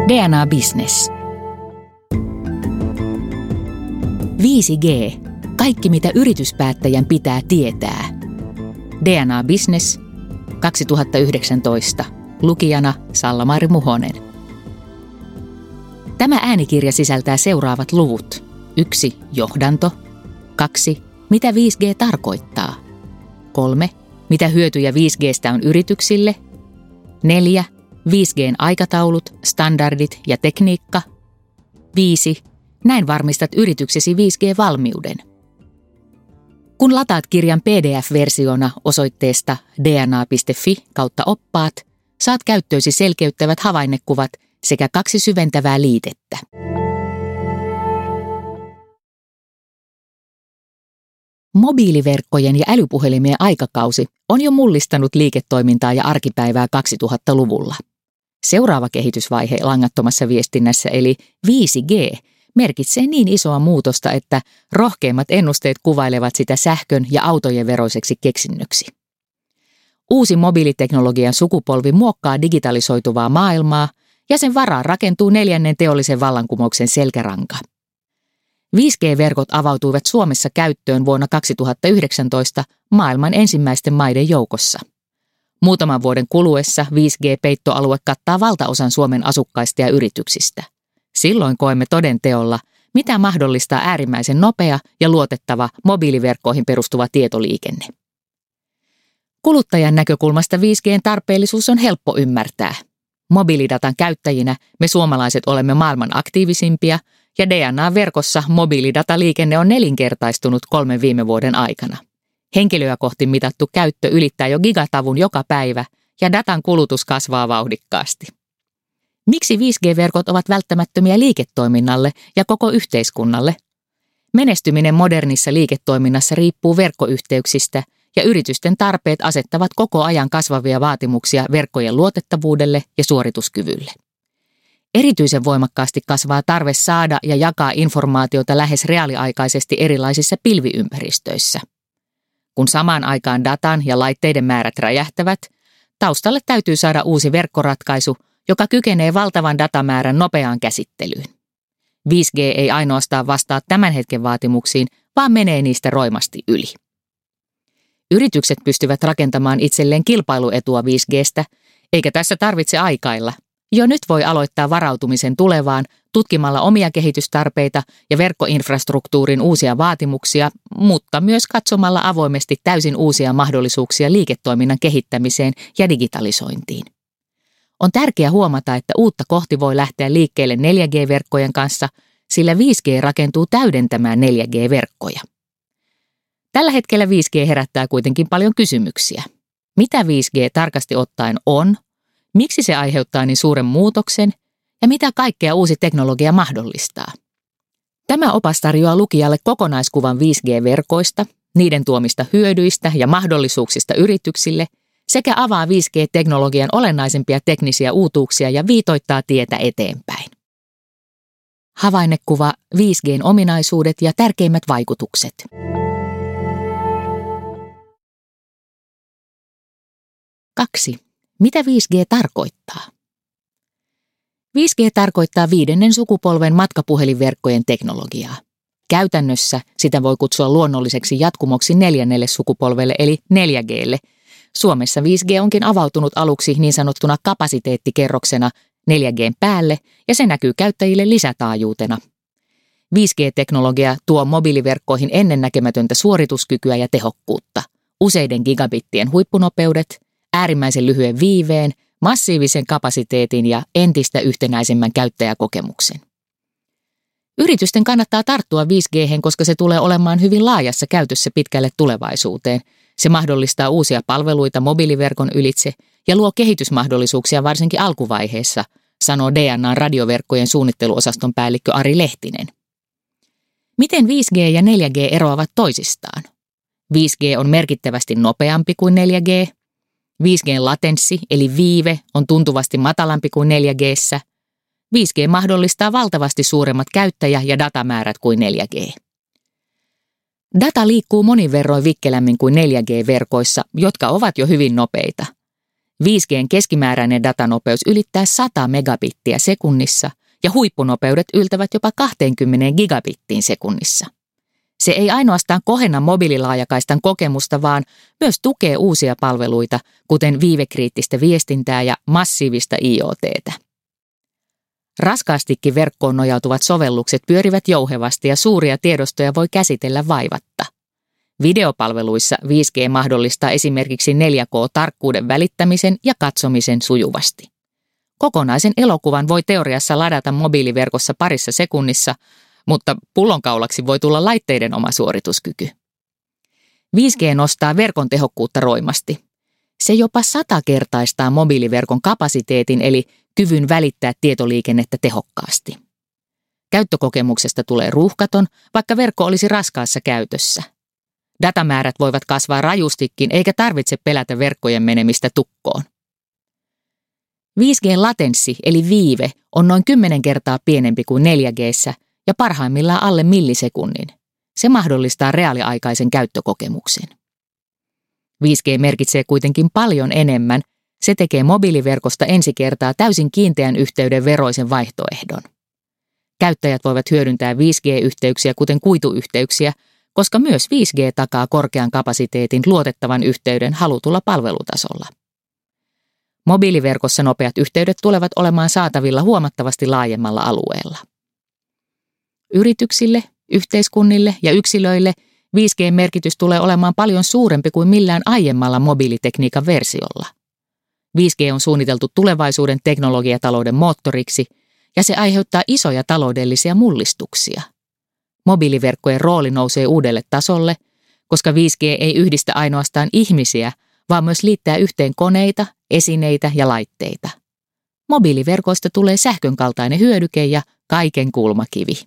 DNA Business. 5G. Kaikki mitä yrityspäättäjän pitää tietää. DNA Business 2019. Lukijana Salla-Mari Muhonen. Tämä äänikirja sisältää seuraavat luvut. 1. Johdanto. 2. Mitä 5G tarkoittaa? 3. Mitä hyötyjä 5G:stä on yrityksille? 4. 5G:n aikataulut, standardit ja tekniikka. 5. Näin varmistat yrityksesi 5G-valmiuden. Kun lataat kirjan PDF-versiona osoitteesta dna.fi/oppaat, saat käyttöösi selkeyttävät havainnekuvat sekä 2 syventävää liitettä. Mobiiliverkkojen ja älypuhelimien aikakausi on jo mullistanut liiketoimintaa ja arkipäivää 2000-luvulla. Seuraava kehitysvaihe langattomassa viestinnässä eli 5G merkitsee niin isoa muutosta, että rohkeimmat ennusteet kuvailevat sitä sähkön ja autojen veroiseksi keksinnöksi. Uusi mobiiliteknologian sukupolvi muokkaa digitalisoituvaa maailmaa ja sen varaan rakentuu 4. teollisen vallankumouksen selkäranka. 5G-verkot avautuivat Suomessa käyttöön vuonna 2019 maailman ensimmäisten maiden joukossa. Muutaman vuoden kuluessa 5G-peittoalue kattaa valtaosan Suomen asukkaista ja yrityksistä. Silloin koemme toden teolla, mitä mahdollistaa äärimmäisen nopea ja luotettava mobiiliverkkoihin perustuva tietoliikenne. Kuluttajan näkökulmasta 5G:n tarpeellisuus on helppo ymmärtää. Mobiilidatan käyttäjinä me suomalaiset olemme maailman aktiivisimpia ja DNA-verkossa mobiilidataliikenne on 4-kertaistunut 3 viime vuoden aikana. Henkilöä kohti mitattu käyttö ylittää jo gigatavun joka päivä ja datan kulutus kasvaa vauhdikkaasti. Miksi 5G-verkot ovat välttämättömiä liiketoiminnalle ja koko yhteiskunnalle? Menestyminen modernissa liiketoiminnassa riippuu verkkoyhteyksistä ja yritysten tarpeet asettavat koko ajan kasvavia vaatimuksia verkkojen luotettavuudelle ja suorituskyvylle. Erityisen voimakkaasti kasvaa tarve saada ja jakaa informaatiota lähes reaaliaikaisesti erilaisissa pilviympäristöissä. Kun samaan aikaan datan ja laitteiden määrät räjähtävät, taustalle täytyy saada uusi verkkoratkaisu, joka kykenee valtavan datamäärän nopeaan käsittelyyn. 5G ei ainoastaan vastaa tämän hetken vaatimuksiin, vaan menee niistä roimasti yli. Yritykset pystyvät rakentamaan itselleen kilpailuetua 5G:stä, eikä tässä tarvitse aikailla. Jo nyt voi aloittaa varautumisen tulevaan tutkimalla omia kehitystarpeita ja verkkoinfrastruktuurin uusia vaatimuksia, mutta myös katsomalla avoimesti täysin uusia mahdollisuuksia liiketoiminnan kehittämiseen ja digitalisointiin. On tärkeää huomata, että uutta kohti voi lähteä liikkeelle 4G-verkkojen kanssa, sillä 5G rakentuu täydentämään 4G-verkkoja. Tällä hetkellä 5G herättää kuitenkin paljon kysymyksiä. Mitä 5G tarkasti ottaen on? Miksi se aiheuttaa niin suuren muutoksen? Ja mitä kaikkea uusi teknologia mahdollistaa? Tämä opas tarjoaa lukijalle kokonaiskuvan 5G-verkoista, niiden tuomista hyödyistä ja mahdollisuuksista yrityksille sekä avaa 5G-teknologian olennaisimpia teknisiä uutuuksia ja viitoittaa tietä eteenpäin. Havainnekuva 5G:n ominaisuudet ja tärkeimmät vaikutukset. Kaksi. Mitä 5G tarkoittaa? 5G tarkoittaa 5. sukupolven matkapuhelinverkkojen teknologiaa. Käytännössä sitä voi kutsua luonnolliseksi jatkumoksi 4. sukupolvelle eli 4G:lle. Suomessa 5G onkin avautunut aluksi niin sanottuna kapasiteettikerroksena 4G:n päälle ja se näkyy käyttäjille lisätaajuutena. 5G-teknologia tuo mobiiliverkkoihin ennennäkemätöntä suorituskykyä ja tehokkuutta, useiden gigabittien huippunopeudet, äärimmäisen lyhyen viiveen, massiivisen kapasiteetin ja entistä yhtenäisemmän käyttäjäkokemuksen. Yritysten kannattaa tarttua 5G:hen, koska se tulee olemaan hyvin laajassa käytössä pitkälle tulevaisuuteen. Se mahdollistaa uusia palveluita mobiiliverkon ylitse ja luo kehitysmahdollisuuksia varsinkin alkuvaiheessa, sanoo DNA:n radioverkkojen suunnitteluosaston päällikkö Ari Lehtinen. Miten 5G ja 4G eroavat toisistaan? 5G on merkittävästi nopeampi kuin 4G. 5G:n latenssi eli viive on tuntuvasti matalampi kuin 4G:ssä. 5G mahdollistaa valtavasti suuremmat käyttäjä- ja datamäärät kuin 4G. Data liikkuu monin verroin vikkelämmin kuin 4G-verkoissa, jotka ovat jo hyvin nopeita. 5G:n keskimääräinen datanopeus ylittää 100 megabittiä sekunnissa ja huippunopeudet yltävät jopa 20 gigabittiin sekunnissa. Se ei ainoastaan kohenna mobiililaajakaistan kokemusta, vaan myös tukee uusia palveluita, kuten viivekriittistä viestintää ja massiivista IoT:tä. Raskaastikin verkkoon nojautuvat sovellukset pyörivät jouhevasti ja suuria tiedostoja voi käsitellä vaivatta. Videopalveluissa 5G mahdollistaa esimerkiksi 4K-tarkkuuden välittämisen ja katsomisen sujuvasti. Kokonaisen elokuvan voi teoriassa ladata mobiiliverkossa parissa sekunnissa, mutta pullonkaulaksi voi tulla laitteiden oma suorituskyky. 5G nostaa verkon tehokkuutta roimasti. Se jopa 100-kertaistaa mobiiliverkon kapasiteetin eli kyvyn välittää tietoliikennettä tehokkaasti. Käyttökokemuksesta tulee ruuhkaton, vaikka verkko olisi raskaassa käytössä. Datamäärät voivat kasvaa rajustikin, eikä tarvitse pelätä verkkojen menemistä tukkoon. 5G-latenssi eli viive on noin 10 kertaa pienempi kuin 4G:ssä ja parhaimmillaan alle millisekunnin. Se mahdollistaa reaaliaikaisen käyttökokemuksen. 5G merkitsee kuitenkin paljon enemmän. Se tekee mobiiliverkosta ensi kertaa täysin kiinteän yhteyden veroisen vaihtoehdon. Käyttäjät voivat hyödyntää 5G-yhteyksiä kuten kuituyhteyksiä, koska myös 5G takaa korkean kapasiteetin luotettavan yhteyden halutulla palvelutasolla. Mobiiliverkossa nopeat yhteydet tulevat olemaan saatavilla huomattavasti laajemmalla alueella. Yrityksille, yhteiskunnille ja yksilöille 5G-merkitys tulee olemaan paljon suurempi kuin millään aiemmalla mobiilitekniikan versiolla. 5G on suunniteltu tulevaisuuden teknologiatalouden moottoriksi ja se aiheuttaa isoja taloudellisia mullistuksia. Mobiiliverkkojen rooli nousee uudelle tasolle, koska 5G ei yhdistä ainoastaan ihmisiä, vaan myös liittää yhteen koneita, esineitä ja laitteita. Mobiiliverkoista tulee sähkön kaltainen hyödyke ja kaiken kulmakivi.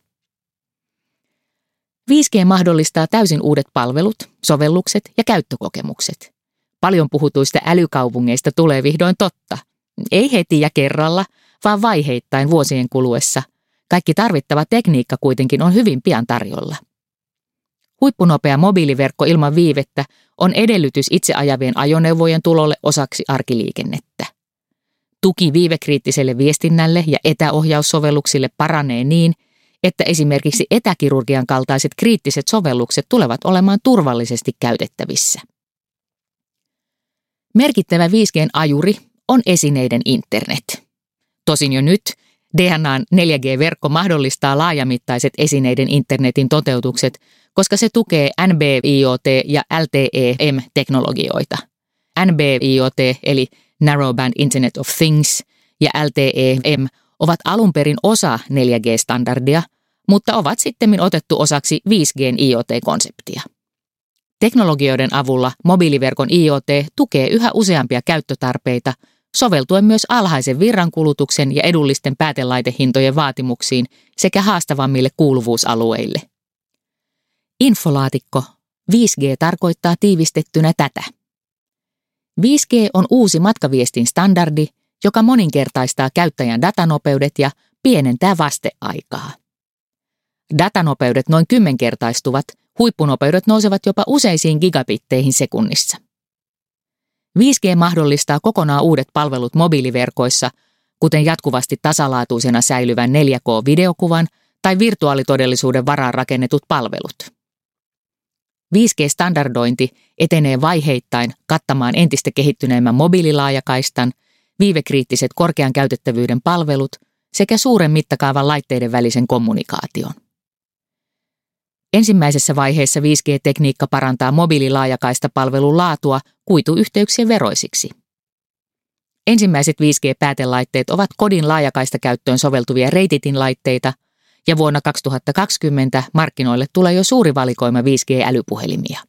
5G mahdollistaa täysin uudet palvelut, sovellukset ja käyttökokemukset. Paljon puhutuista älykaupungeista tulee vihdoin totta. Ei heti ja kerralla, vaan vaiheittain vuosien kuluessa. Kaikki tarvittava tekniikka kuitenkin on hyvin pian tarjolla. Huippunopea mobiiliverkko ilman viivettä on edellytys itse ajavien ajoneuvojen tulolle osaksi arkiliikennettä. Tuki viivekriittiselle viestinnälle ja etäohjaussovelluksille paranee niin, että esimerkiksi etäkirurgian kaltaiset kriittiset sovellukset tulevat olemaan turvallisesti käytettävissä. Merkittävä 5G:n ajuri on esineiden internet. Tosin jo nyt DNAn 4G-verkko mahdollistaa laajamittaiset esineiden internetin toteutukset, koska se tukee NB-IoT- ja LTE-M-teknologioita. NB-IoT eli Narrowband Internet of Things ja LTE-M ovat alun perin osa 4G-standardia, mutta ovat sittemmin otettu osaksi 5G:n IoT-konseptia. Teknologioiden avulla mobiiliverkon IoT tukee yhä useampia käyttötarpeita, soveltuen myös alhaisen virrankulutuksen ja edullisten päätelaitehintojen vaatimuksiin sekä haastavammille kuuluvuusalueille. Infolaatikko 5G tarkoittaa tiivistettynä tätä. 5G on uusi matkaviestin standardi, joka moninkertaistaa käyttäjän datanopeudet ja pienentää vasteaikaa. Datanopeudet noin 10-kertaistuvat, huippunopeudet nousevat jopa useisiin gigabitteihin sekunnissa. 5G mahdollistaa kokonaan uudet palvelut mobiiliverkoissa, kuten jatkuvasti tasalaatuisena säilyvän 4K-videokuvan tai virtuaalitodellisuuden varaan rakennetut palvelut. 5G-standardointi etenee vaiheittain kattamaan entistä kehittyneemmän mobiililaajakaistan, viivekriittiset korkean käytettävyyden palvelut sekä suuren mittakaavan laitteiden välisen kommunikaation. Ensimmäisessä vaiheessa 5G-tekniikka parantaa mobiililaajakaistapalvelun laatua kuituyhteyksien veroisiksi. Ensimmäiset 5G-päätelaitteet ovat kodin laajakaistakäyttöön soveltuvia reititinlaitteita, ja vuonna 2020 markkinoille tulee jo suuri valikoima 5G-älypuhelimia.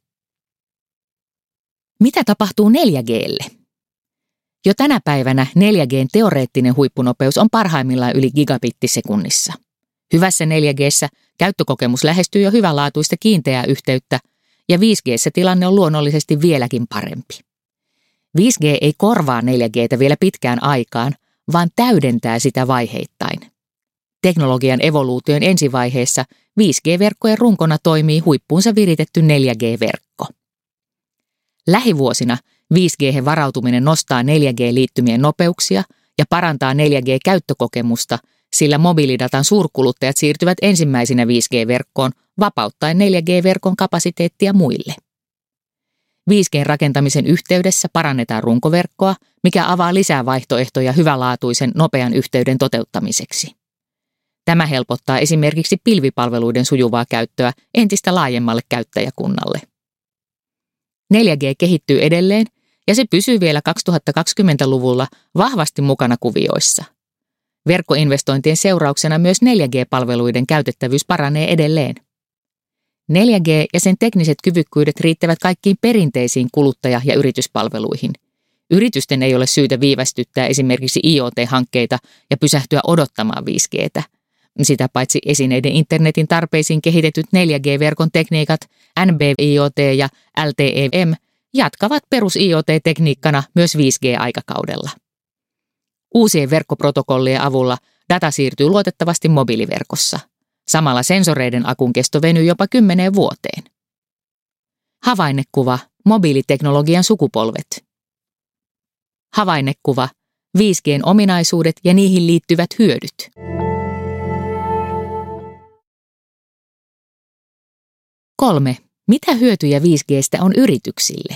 Mitä tapahtuu 4G:lle? Jo tänä päivänä 4G:n teoreettinen huippunopeus on parhaimmillaan yli gigabittisekunnissa. Hyvässä 4G:ssä käyttökokemus lähestyy jo hyvänlaatuista kiinteää yhteyttä, ja 5G:ssä tilanne on luonnollisesti vieläkin parempi. 5G ei korvaa 4G:tä vielä pitkään aikaan, vaan täydentää sitä vaiheittain. Teknologian evoluution ensivaiheessa 5G-verkkojen runkona toimii huippuunsa viritetty 4G-verkko. Lähivuosina 5G varautuminen nostaa 4G-liittymien nopeuksia ja parantaa 4G-käyttökokemusta, sillä mobiilidatan suurkuluttajat siirtyvät ensimmäisenä 5G-verkkoon vapauttaen 4G-verkon kapasiteettia muille. 5G-rakentamisen yhteydessä parannetaan runkoverkkoa, mikä avaa lisää vaihtoehtoja hyvälaatuisen nopean yhteyden toteuttamiseksi. Tämä helpottaa esimerkiksi pilvipalveluiden sujuvaa käyttöä entistä laajemmalle käyttäjäkunnalle. 4G kehittyy edelleen ja se pysyy vielä 2020-luvulla vahvasti mukana kuvioissa. Verkkoinvestointien seurauksena myös 4G-palveluiden käytettävyys paranee edelleen. 4G ja sen tekniset kyvykkyydet riittävät kaikkiin perinteisiin kuluttaja- ja yrityspalveluihin. Yritysten ei ole syytä viivästyttää esimerkiksi IoT-hankkeita ja pysähtyä odottamaan 5G:tä. Sitä paitsi esineiden internetin tarpeisiin kehitetyt 4G-verkon tekniikat, NB-IoT ja LTE-M, jatkavat perus-IoT-tekniikkana myös 5G-aikakaudella. Uusien verkkoprotokollien avulla data siirtyy luotettavasti mobiiliverkossa. Samalla sensoreiden akun kesto venyy jopa 10 vuoteen. Havainnekuva, mobiiliteknologian sukupolvet. Havainnekuva, 5G:n ominaisuudet ja niihin liittyvät hyödyt. Kolme. Mitä hyötyjä 5G:stä on yrityksille?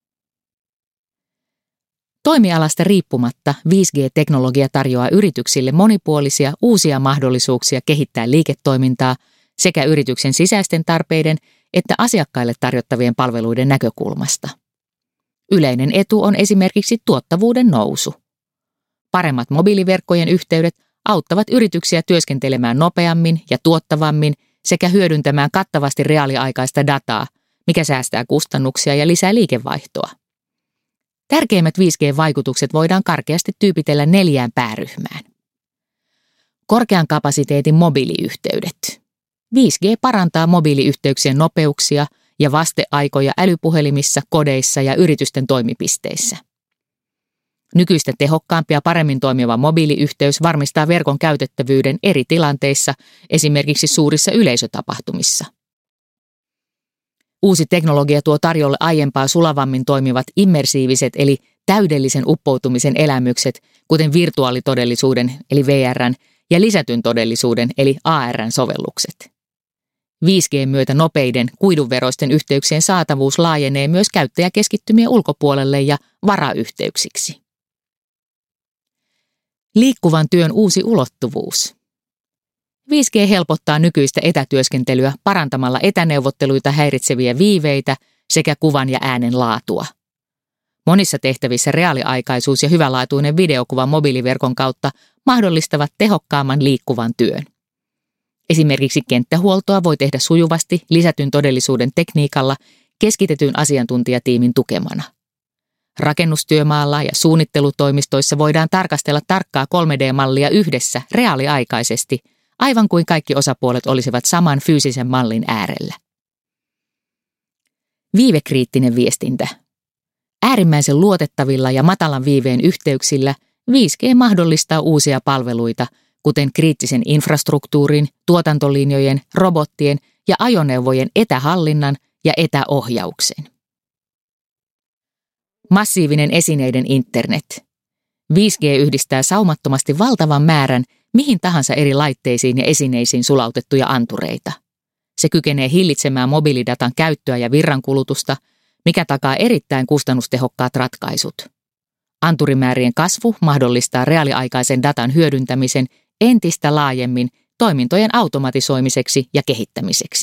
Toimialasta riippumatta 5G-teknologia tarjoaa yrityksille monipuolisia uusia mahdollisuuksia kehittää liiketoimintaa sekä yrityksen sisäisten tarpeiden että asiakkaille tarjottavien palveluiden näkökulmasta. Yleinen etu on esimerkiksi tuottavuuden nousu. Paremmat mobiiliverkkojen yhteydet auttavat yrityksiä työskentelemään nopeammin ja tuottavammin sekä hyödyntämään kattavasti reaaliaikaista dataa, mikä säästää kustannuksia ja lisää liikevaihtoa. Tärkeimmät 5G-vaikutukset voidaan karkeasti tyypitellä 4 pääryhmään. Korkean kapasiteetin mobiiliyhteydet. 5G parantaa mobiiliyhteyksien nopeuksia ja vasteaikoja älypuhelimissa, kodeissa ja yritysten toimipisteissä. Nykyistä tehokkaampi ja paremmin toimiva mobiiliyhteys varmistaa verkon käytettävyyden eri tilanteissa, esimerkiksi suurissa yleisötapahtumissa. Uusi teknologia tuo tarjolle aiempaa sulavammin toimivat immersiiviset eli täydellisen uppoutumisen elämykset, kuten virtuaalitodellisuuden eli VR:n ja lisätyn todellisuuden eli AR:n sovellukset. 5G:n myötä nopeiden kuidunveroisten yhteyksien saatavuus laajenee myös käyttäjäkeskittymien ulkopuolelle ja varayhteyksiksi. Liikkuvan työn uusi ulottuvuus. 5G helpottaa nykyistä etätyöskentelyä parantamalla etäneuvotteluita häiritseviä viiveitä sekä kuvan ja äänen laatua. Monissa tehtävissä reaaliaikaisuus ja hyvälaatuinen videokuva mobiiliverkon kautta mahdollistavat tehokkaamman liikkuvan työn. Esimerkiksi kenttähuoltoa voi tehdä sujuvasti lisätyn todellisuuden tekniikalla keskitetyn asiantuntijatiimin tukemana. Rakennustyömaalla ja suunnittelutoimistoissa voidaan tarkastella tarkkaa 3D-mallia yhdessä reaaliaikaisesti, aivan kuin kaikki osapuolet olisivat saman fyysisen mallin äärellä. Viivekriittinen viestintä. Äärimmäisen luotettavilla ja matalan viiveen yhteyksillä 5G mahdollistaa uusia palveluita, kuten kriittisen infrastruktuurin, tuotantolinjojen, robottien ja ajoneuvojen etähallinnan ja etäohjauksen. Massiivinen esineiden internet. 5G yhdistää saumattomasti valtavan määrän mihin tahansa eri laitteisiin ja esineisiin sulautettuja antureita. Se kykenee hillitsemään mobiilidatan käyttöä ja virrankulutusta, mikä takaa erittäin kustannustehokkaat ratkaisut. Anturimäärien kasvu mahdollistaa reaaliaikaisen datan hyödyntämisen entistä laajemmin toimintojen automatisoimiseksi ja kehittämiseksi.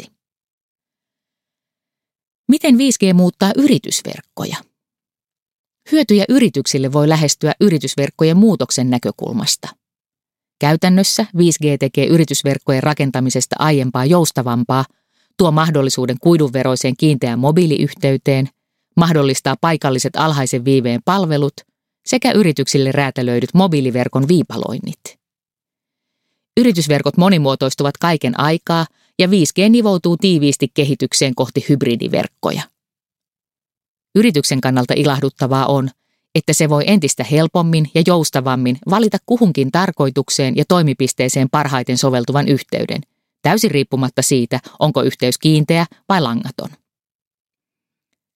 Miten 5G muuttaa yritysverkkoja? Hyötyjä yrityksille voi lähestyä yritysverkkojen muutoksen näkökulmasta. Käytännössä 5G tekee yritysverkkojen rakentamisesta aiempaa joustavampaa, tuo mahdollisuuden kuidunveroiseen kiinteään mobiiliyhteyteen, mahdollistaa paikalliset alhaisen viiveen palvelut sekä yrityksille räätälöidyt mobiiliverkon viipaloinnit. Yritysverkot monimuotoistuvat kaiken aikaa ja 5G nivoutuu tiiviisti kehitykseen kohti hybridiverkkoja. Yrityksen kannalta ilahduttavaa on, että se voi entistä helpommin ja joustavammin valita kuhunkin tarkoitukseen ja toimipisteeseen parhaiten soveltuvan yhteyden, täysin riippumatta siitä, onko yhteys kiinteä vai langaton.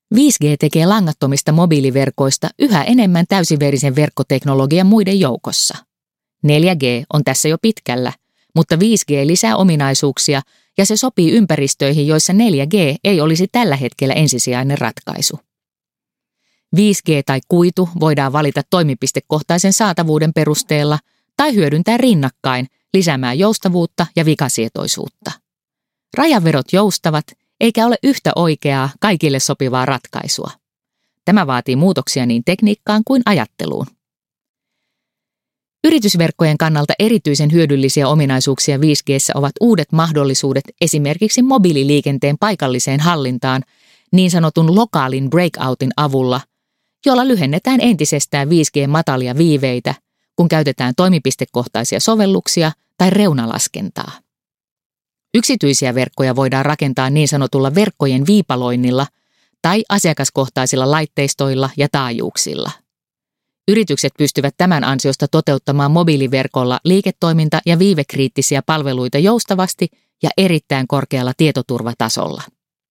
5G tekee langattomista mobiiliverkoista yhä enemmän täysiverisen verkkoteknologian muiden joukossa. 4G on tässä jo pitkällä, mutta 5G lisää ominaisuuksia ja se sopii ympäristöihin, joissa 4G ei olisi tällä hetkellä ensisijainen ratkaisu. 5G tai kuitu voidaan valita toimipistekohtaisen saatavuuden perusteella tai hyödyntää rinnakkain lisäämään joustavuutta ja vikasietoisuutta. Rajanvedot joustavat, eikä ole yhtä oikeaa kaikille sopivaa ratkaisua. Tämä vaatii muutoksia niin tekniikkaan kuin ajatteluun. Yritysverkkojen kannalta erityisen hyödyllisiä ominaisuuksia 5G:ssä ovat uudet mahdollisuudet esimerkiksi mobiililiikenteen paikalliseen hallintaan niin sanotun lokaalin breakoutin avulla, jolla lyhennetään entisestään 5G-matalia viiveitä, kun käytetään toimipistekohtaisia sovelluksia tai reunalaskentaa. Yksityisiä verkkoja voidaan rakentaa niin sanotulla verkkojen viipaloinnilla tai asiakaskohtaisilla laitteistoilla ja taajuuksilla. Yritykset pystyvät tämän ansiosta toteuttamaan mobiiliverkolla liiketoiminta- ja viivekriittisiä palveluita joustavasti ja erittäin korkealla tietoturvatasolla.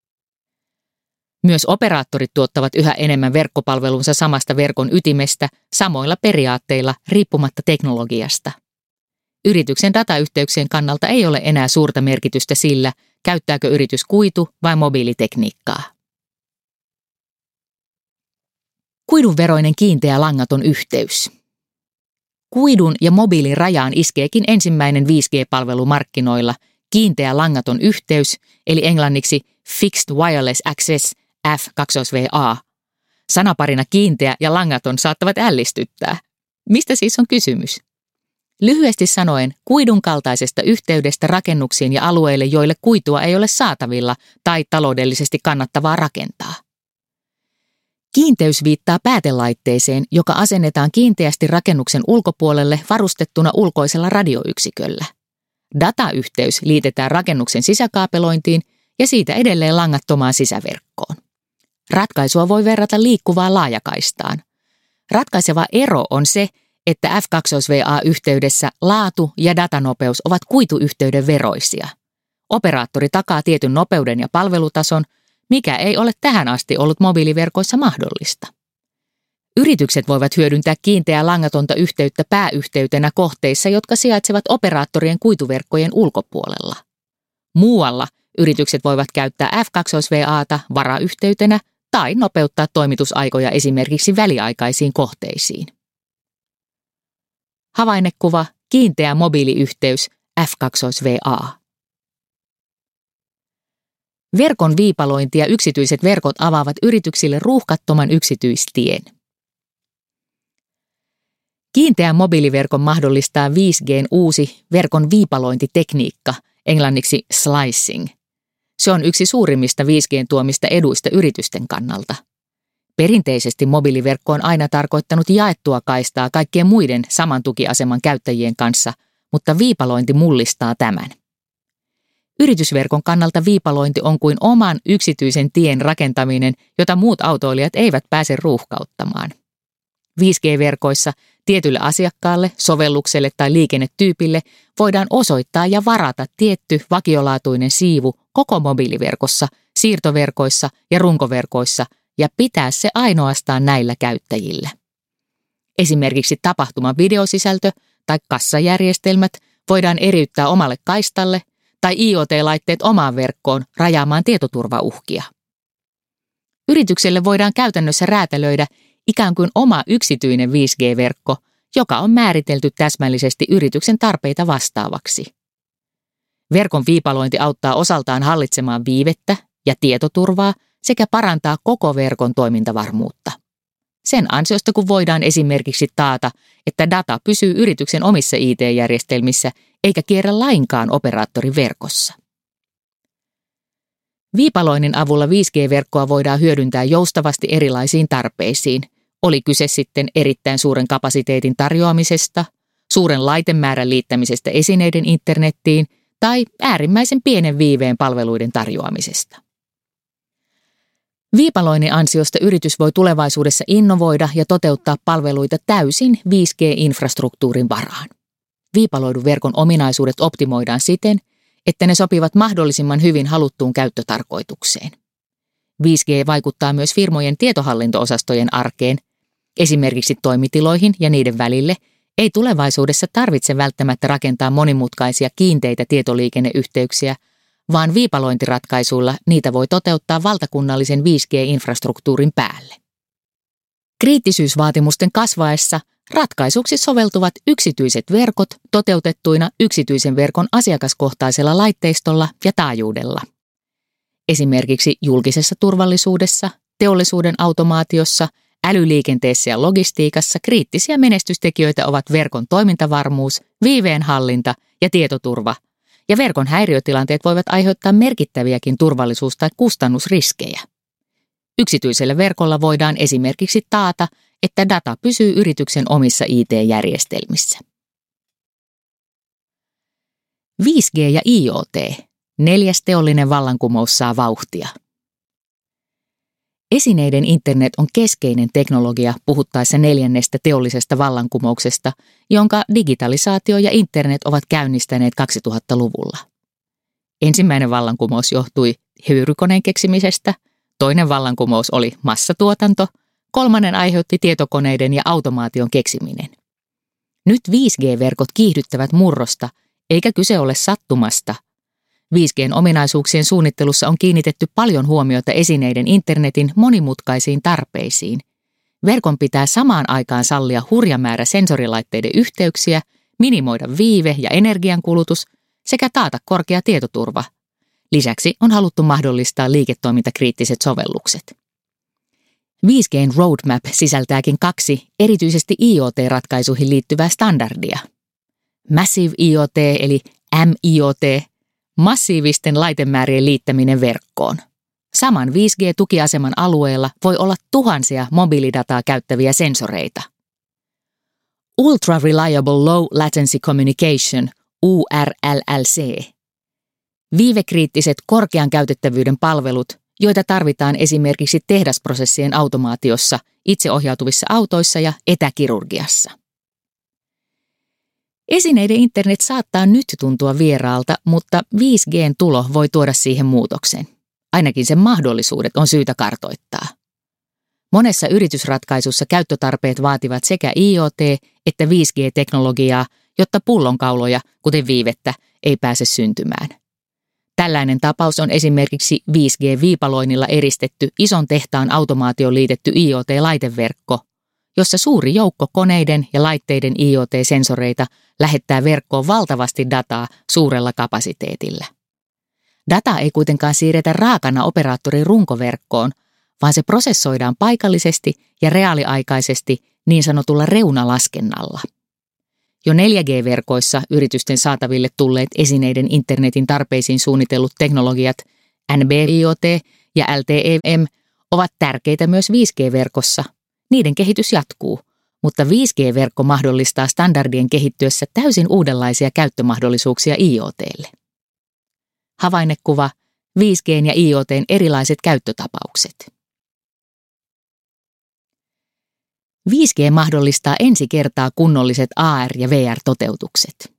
Myös operaattorit tuottavat yhä enemmän verkkopalvelunsa samasta verkon ytimestä samoilla periaatteilla riippumatta teknologiasta. Yrityksen datayhteyksien kannalta ei ole enää suurta merkitystä sillä, käyttääkö yritys kuitu- vai mobiilitekniikkaa. Kuidun veroinen kiinteä langaton yhteys. Kuidun ja mobiilin rajaan iskeekin ensimmäinen 5G-palvelu markkinoilla, kiinteä langaton yhteys, eli englanniksi Fixed Wireless Access F2VA. Sanaparina kiinteä ja langaton saattavat ällistyttää. Mistä siis on kysymys? Lyhyesti sanoen, kuidun kaltaisesta yhteydestä rakennuksiin ja alueille, joille kuitua ei ole saatavilla tai taloudellisesti kannattavaa rakentaa. Kiinteys viittaa päätelaitteeseen, joka asennetaan kiinteästi rakennuksen ulkopuolelle varustettuna ulkoisella radioyksiköllä. Datayhteys liitetään rakennuksen sisäkaapelointiin ja siitä edelleen langattomaan sisäverkkoon. Ratkaisua voi verrata liikkuvaan laajakaistaan. Ratkaiseva ero on se, että F2VA-yhteydessä laatu ja datanopeus ovat kuituyhteyden veroisia. Operaattori takaa tietyn nopeuden ja palvelutason, mikä ei ole tähän asti ollut mobiiliverkoissa mahdollista. Yritykset voivat hyödyntää kiinteää langatonta yhteyttä pääyhteytenä kohteissa, jotka sijaitsevat operaattorien kuituverkkojen ulkopuolella. Muualla yritykset voivat käyttää F2VA:ta varayhteytenä tai nopeuttaa toimitusaikoja esimerkiksi väliaikaisiin kohteisiin. Havainnekuva: kiinteä mobiiliyhteys F2VA. Verkon viipalointi ja yksityiset verkot avaavat yrityksille ruuhkattoman yksityistien. Kiinteän mobiiliverkon mahdollistaa 5G:n uusi verkon viipalointitekniikka, englanniksi slicing. Se on yksi suurimmista 5G:n tuomista eduista yritysten kannalta. Perinteisesti mobiiliverkko on aina tarkoittanut jaettua kaistaa kaikkien muiden saman tukiaseman käyttäjien kanssa, mutta viipalointi mullistaa tämän. Yritysverkon kannalta viipalointi on kuin oman yksityisen tien rakentaminen, jota muut autoilijat eivät pääse ruuhkauttamaan. 5G-verkoissa tietylle asiakkaalle, sovellukselle tai liikennetyypille voidaan osoittaa ja varata tietty vakiolaatuinen siivu koko mobiiliverkossa, siirtoverkoissa ja runkoverkoissa ja pitää se ainoastaan näillä käyttäjillä. Esimerkiksi tapahtuman videosisältö tai kassajärjestelmät voidaan eriyttää omalle kaistalle tai IoT-laitteet omaan verkkoon rajaamaan tietoturvauhkia. Yritykselle voidaan käytännössä räätälöidä ikään kuin oma yksityinen 5G-verkko, joka on määritelty täsmällisesti yrityksen tarpeita vastaavaksi. Verkon viipalointi auttaa osaltaan hallitsemaan viivettä ja tietoturvaa sekä parantaa koko verkon toimintavarmuutta. Sen ansiosta kun voidaan esimerkiksi taata, että data pysyy yrityksen omissa IT-järjestelmissä eikä kierrä lainkaan operaattorin verkossa. Viipaloinnin avulla 5G-verkkoa voidaan hyödyntää joustavasti erilaisiin tarpeisiin, oli kyse sitten erittäin suuren kapasiteetin tarjoamisesta, suuren laitemäärän liittämisestä esineiden internettiin tai äärimmäisen pienen viiveen palveluiden tarjoamisesta. Viipaloinnin ansiosta yritys voi tulevaisuudessa innovoida ja toteuttaa palveluita täysin 5G-infrastruktuurin varaan. Viipaloidun verkon ominaisuudet optimoidaan siten, että ne sopivat mahdollisimman hyvin haluttuun käyttötarkoitukseen. 5G vaikuttaa myös firmojen tietohallinto-osastojen arkeen. Esimerkiksi toimitiloihin ja niiden välille ei tulevaisuudessa tarvitse välttämättä rakentaa monimutkaisia kiinteitä tietoliikenneyhteyksiä, vaan viipalointiratkaisuilla niitä voi toteuttaa valtakunnallisen 5G-infrastruktuurin päälle. Kriittisyysvaatimusten kasvaessa ratkaisuksi soveltuvat yksityiset verkot toteutettuina yksityisen verkon asiakaskohtaisella laitteistolla ja taajuudella. Esimerkiksi julkisessa turvallisuudessa, teollisuuden automaatiossa, älyliikenteessä ja logistiikassa kriittisiä menestystekijöitä ovat verkon toimintavarmuus, viiveen hallinta ja tietoturva, ja verkon häiriötilanteet voivat aiheuttaa merkittäviäkin turvallisuus- tai kustannusriskejä. Yksityisellä verkolla voidaan esimerkiksi taata, että data pysyy yrityksen omissa IT-järjestelmissä. 5G ja IoT. 4. teollinen vallankumous saa vauhtia. Esineiden internet on keskeinen teknologia puhuttaessa 4. teollisesta vallankumouksesta, jonka digitalisaatio ja internet ovat käynnistäneet 2000-luvulla. Ensimmäinen vallankumous johtui höyrykoneen keksimisestä, toinen vallankumous oli massatuotanto, kolmannen aiheutti tietokoneiden ja automaation keksiminen. Nyt 5G-verkot kiihdyttävät murrosta, eikä kyse ole sattumasta. 5G:n ominaisuuksien suunnittelussa on kiinnitetty paljon huomiota esineiden internetin monimutkaisiin tarpeisiin. Verkon pitää samaan aikaan sallia hurja määrä sensorilaitteiden yhteyksiä, minimoida viive- ja energiankulutus sekä taata korkea tietoturva. Lisäksi on haluttu mahdollistaa liiketoimintakriittiset sovellukset. 5G:n roadmap sisältääkin 2 erityisesti IoT-ratkaisuihin liittyvää standardia. Massive IoT eli MIoT, massiivisten laitemäärien liittäminen verkkoon. Saman 5G-tukiaseman alueella voi olla tuhansia mobiilidataa käyttäviä sensoreita. Ultra Reliable Low Latency Communication, URLLC. Viivekriittiset korkean käytettävyyden palvelut, joita tarvitaan esimerkiksi tehdasprosessien automaatiossa, itseohjautuvissa autoissa ja etäkirurgiassa. Esineiden internet saattaa nyt tuntua vieraalta, mutta 5G:n tulo voi tuoda siihen muutoksen. Ainakin sen mahdollisuudet on syytä kartoittaa. Monessa yritysratkaisussa käyttötarpeet vaativat sekä IoT- että 5G-teknologiaa, jotta pullonkauloja, kuten viivettä, ei pääse syntymään. Tällainen tapaus on esimerkiksi 5G-viipaloinnilla eristetty ison tehtaan automaatioon liitetty IoT-laiteverkko, jossa suuri joukko koneiden ja laitteiden IoT-sensoreita lähettää verkkoon valtavasti dataa suurella kapasiteetilla. Data ei kuitenkaan siirretä raakana operaattorin runkoverkkoon, vaan se prosessoidaan paikallisesti ja reaaliaikaisesti niin sanotulla reunalaskennalla. Jo 4G-verkoissa yritysten saataville tulleet esineiden internetin tarpeisiin suunnitellut teknologiat NB-IoT ja LTE-M ovat tärkeitä myös 5G-verkossa. Niiden kehitys jatkuu, mutta 5G-verkko mahdollistaa standardien kehittyessä täysin uudenlaisia käyttömahdollisuuksia IoT:lle. Havainnekuva 5G:n ja IoT:n erilaiset käyttötapaukset. 5G mahdollistaa ensi kertaa kunnolliset AR- ja VR-toteutukset.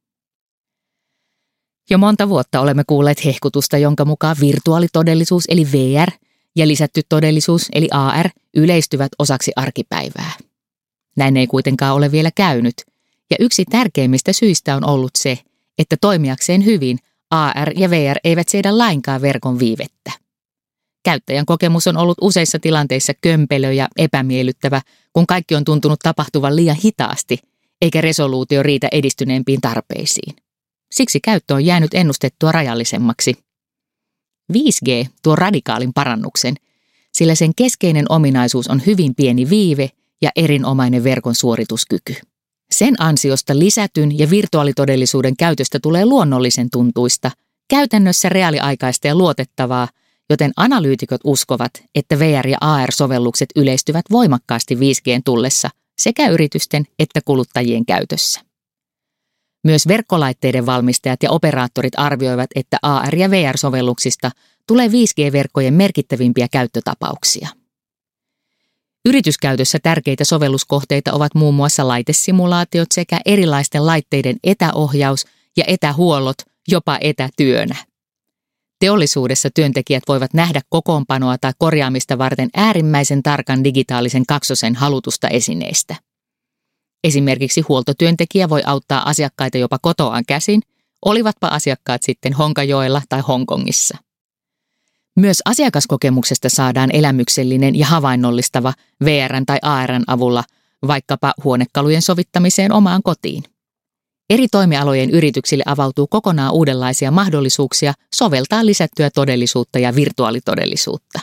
Jo monta vuotta olemme kuulleet hehkutusta, jonka mukaan virtuaalitodellisuus eli VR ja lisätty todellisuus eli AR yleistyvät osaksi arkipäivää. Näin ei kuitenkaan ole vielä käynyt, ja yksi tärkeimmistä syistä on ollut se, että toimijakseen hyvin AR ja VR eivät siedä lainkaan verkon viivettä. Käyttäjän kokemus on ollut useissa tilanteissa kömpelö ja epämiellyttävä, kun kaikki on tuntunut tapahtuvan liian hitaasti, eikä resoluutio riitä edistyneempiin tarpeisiin. Siksi käyttö on jäänyt ennustettua rajallisemmaksi. 5G tuo radikaalin parannuksen, sillä sen keskeinen ominaisuus on hyvin pieni viive ja erinomainen verkon suorituskyky. Sen ansiosta lisätyn ja virtuaalitodellisuuden käytöstä tulee luonnollisen tuntuista, käytännössä reaaliaikaista ja luotettavaa, joten analyytikot uskovat, että VR- ja AR-sovellukset yleistyvät voimakkaasti 5G:n tullessa sekä yritysten että kuluttajien käytössä. Myös verkkolaitteiden valmistajat ja operaattorit arvioivat, että AR- ja VR-sovelluksista tulee 5G-verkkojen merkittävimpiä käyttötapauksia. Yrityskäytössä tärkeitä sovelluskohteita ovat muun muassa laitesimulaatiot sekä erilaisten laitteiden etäohjaus ja etähuollot jopa etätyönä. Teollisuudessa työntekijät voivat nähdä kokoonpanoa tai korjaamista varten äärimmäisen tarkan digitaalisen kaksosen halutusta esineestä. Esimerkiksi huoltotyöntekijä voi auttaa asiakkaita jopa kotoaan käsin, olivatpa asiakkaat sitten Honkajoella tai Hongkongissa. Myös asiakaskokemuksesta saadaan elämyksellinen ja havainnollistava VR:n tai AR:n avulla, vaikkapa huonekalujen sovittamiseen omaan kotiin. Eri toimialojen yrityksille avautuu kokonaan uudenlaisia mahdollisuuksia soveltaa lisättyä todellisuutta ja virtuaalitodellisuutta.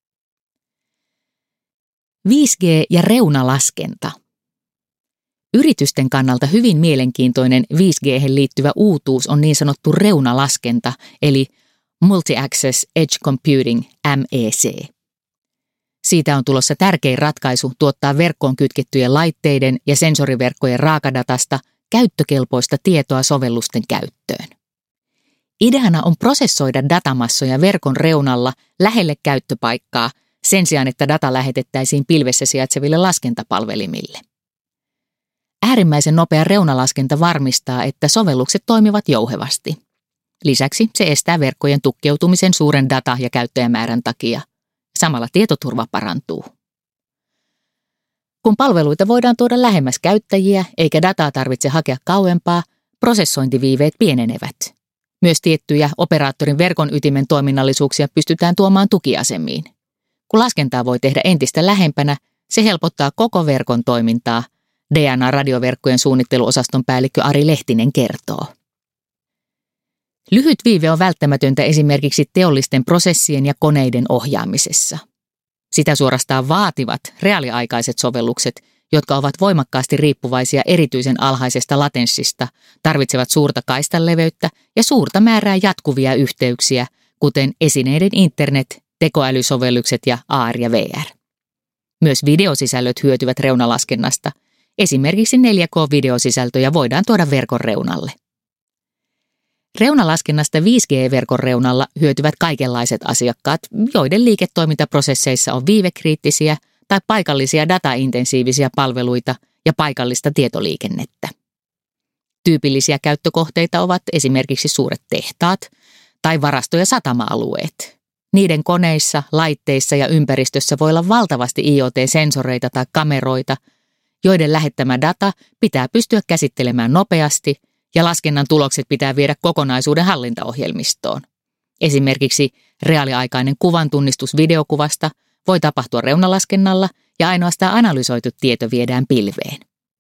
5G ja reunalaskenta. Yritysten kannalta hyvin mielenkiintoinen 5G:hen liittyvä uutuus on niin sanottu reunalaskenta, eli Multi-Access Edge Computing, MEC. Siitä on tulossa tärkein ratkaisu tuottaa verkkoon kytkettyjen laitteiden ja sensoriverkkojen raakadatasta käyttökelpoista tietoa sovellusten käyttöön. Ideana on prosessoida datamassoja verkon reunalla lähelle käyttöpaikkaa sen sijaan, että data lähetettäisiin pilvessä sijaitseville laskentapalvelimille. Äärimmäisen nopea reunalaskenta varmistaa, että sovellukset toimivat jouhevasti. Lisäksi se estää verkkojen tukkeutumisen suuren data- ja käyttäjämäärän takia. Samalla tietoturva parantuu. Kun palveluita voidaan tuoda lähemmäs käyttäjiä eikä dataa tarvitse hakea kauempaa, prosessointiviiveet pienenevät. Myös tiettyjä operaattorin verkon ytimen toiminnallisuuksia pystytään tuomaan tukiasemiin. Kun laskentaa voi tehdä entistä lähempänä, se helpottaa koko verkon toimintaa, DNA-radioverkkojen suunnitteluosaston päällikkö Ari Lehtinen kertoo. Lyhyt viive on välttämätöntä esimerkiksi teollisten prosessien ja koneiden ohjaamisessa. Sitä suorastaan vaativat reaaliaikaiset sovellukset, jotka ovat voimakkaasti riippuvaisia erityisen alhaisesta latenssista, tarvitsevat suurta kaistanleveyttä ja suurta määrää jatkuvia yhteyksiä, kuten esineiden internet, tekoälysovellukset ja AR ja VR. Myös videosisällöt hyötyvät reunalaskennasta. Esimerkiksi 4K-videosisältöjä voidaan tuoda verkon reunalle. Reunalaskennasta 5G-verkon reunalla hyötyvät kaikenlaiset asiakkaat, joiden liiketoimintaprosesseissa on viivekriittisiä tai paikallisia dataintensiivisiä palveluita ja paikallista tietoliikennettä. Tyypillisiä käyttökohteita ovat esimerkiksi suuret tehtaat tai varasto- ja satama-alueet. Niiden koneissa, laitteissa ja ympäristössä voi olla valtavasti IoT-sensoreita tai kameroita, joiden lähettämä data pitää pystyä käsittelemään nopeasti ja laskennan tulokset pitää viedä kokonaisuuden hallintaohjelmistoon. Esimerkiksi reaaliaikainen kuvantunnistus videokuvasta voi tapahtua reunalaskennalla ja ainoastaan analysoitu tieto viedään pilveen.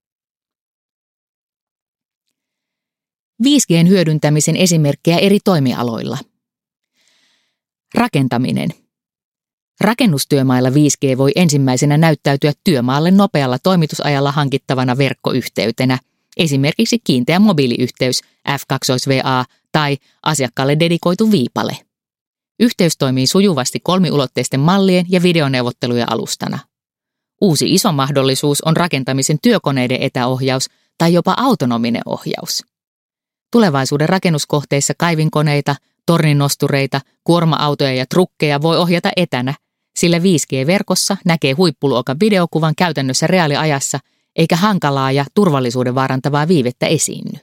5G:n hyödyntämisen esimerkkejä eri toimialoilla. Rakentaminen. Rakennustyömailla 5G voi ensimmäisenä näyttäytyä työmaalle nopealla toimitusajalla hankittavana verkkoyhteytenä, esimerkiksi kiinteä mobiiliyhteys F2VA tai asiakkaalle dedikoitu viipale. Yhteys toimii sujuvasti kolmiulotteisten mallien ja videoneuvottelujen alustana. Uusi iso mahdollisuus on rakentamisen työkoneiden etäohjaus tai jopa autonominen ohjaus. Tulevaisuuden rakennuskohteissa kaivinkoneita, torninnostureita, kuorma-autoja ja trukkeja voi ohjata etänä, sillä 5G-verkossa näkee huippuluokan videokuvan käytännössä reaaliajassa eikä hankalaa ja turvallisuuden vaarantavaa viivettä esiinny.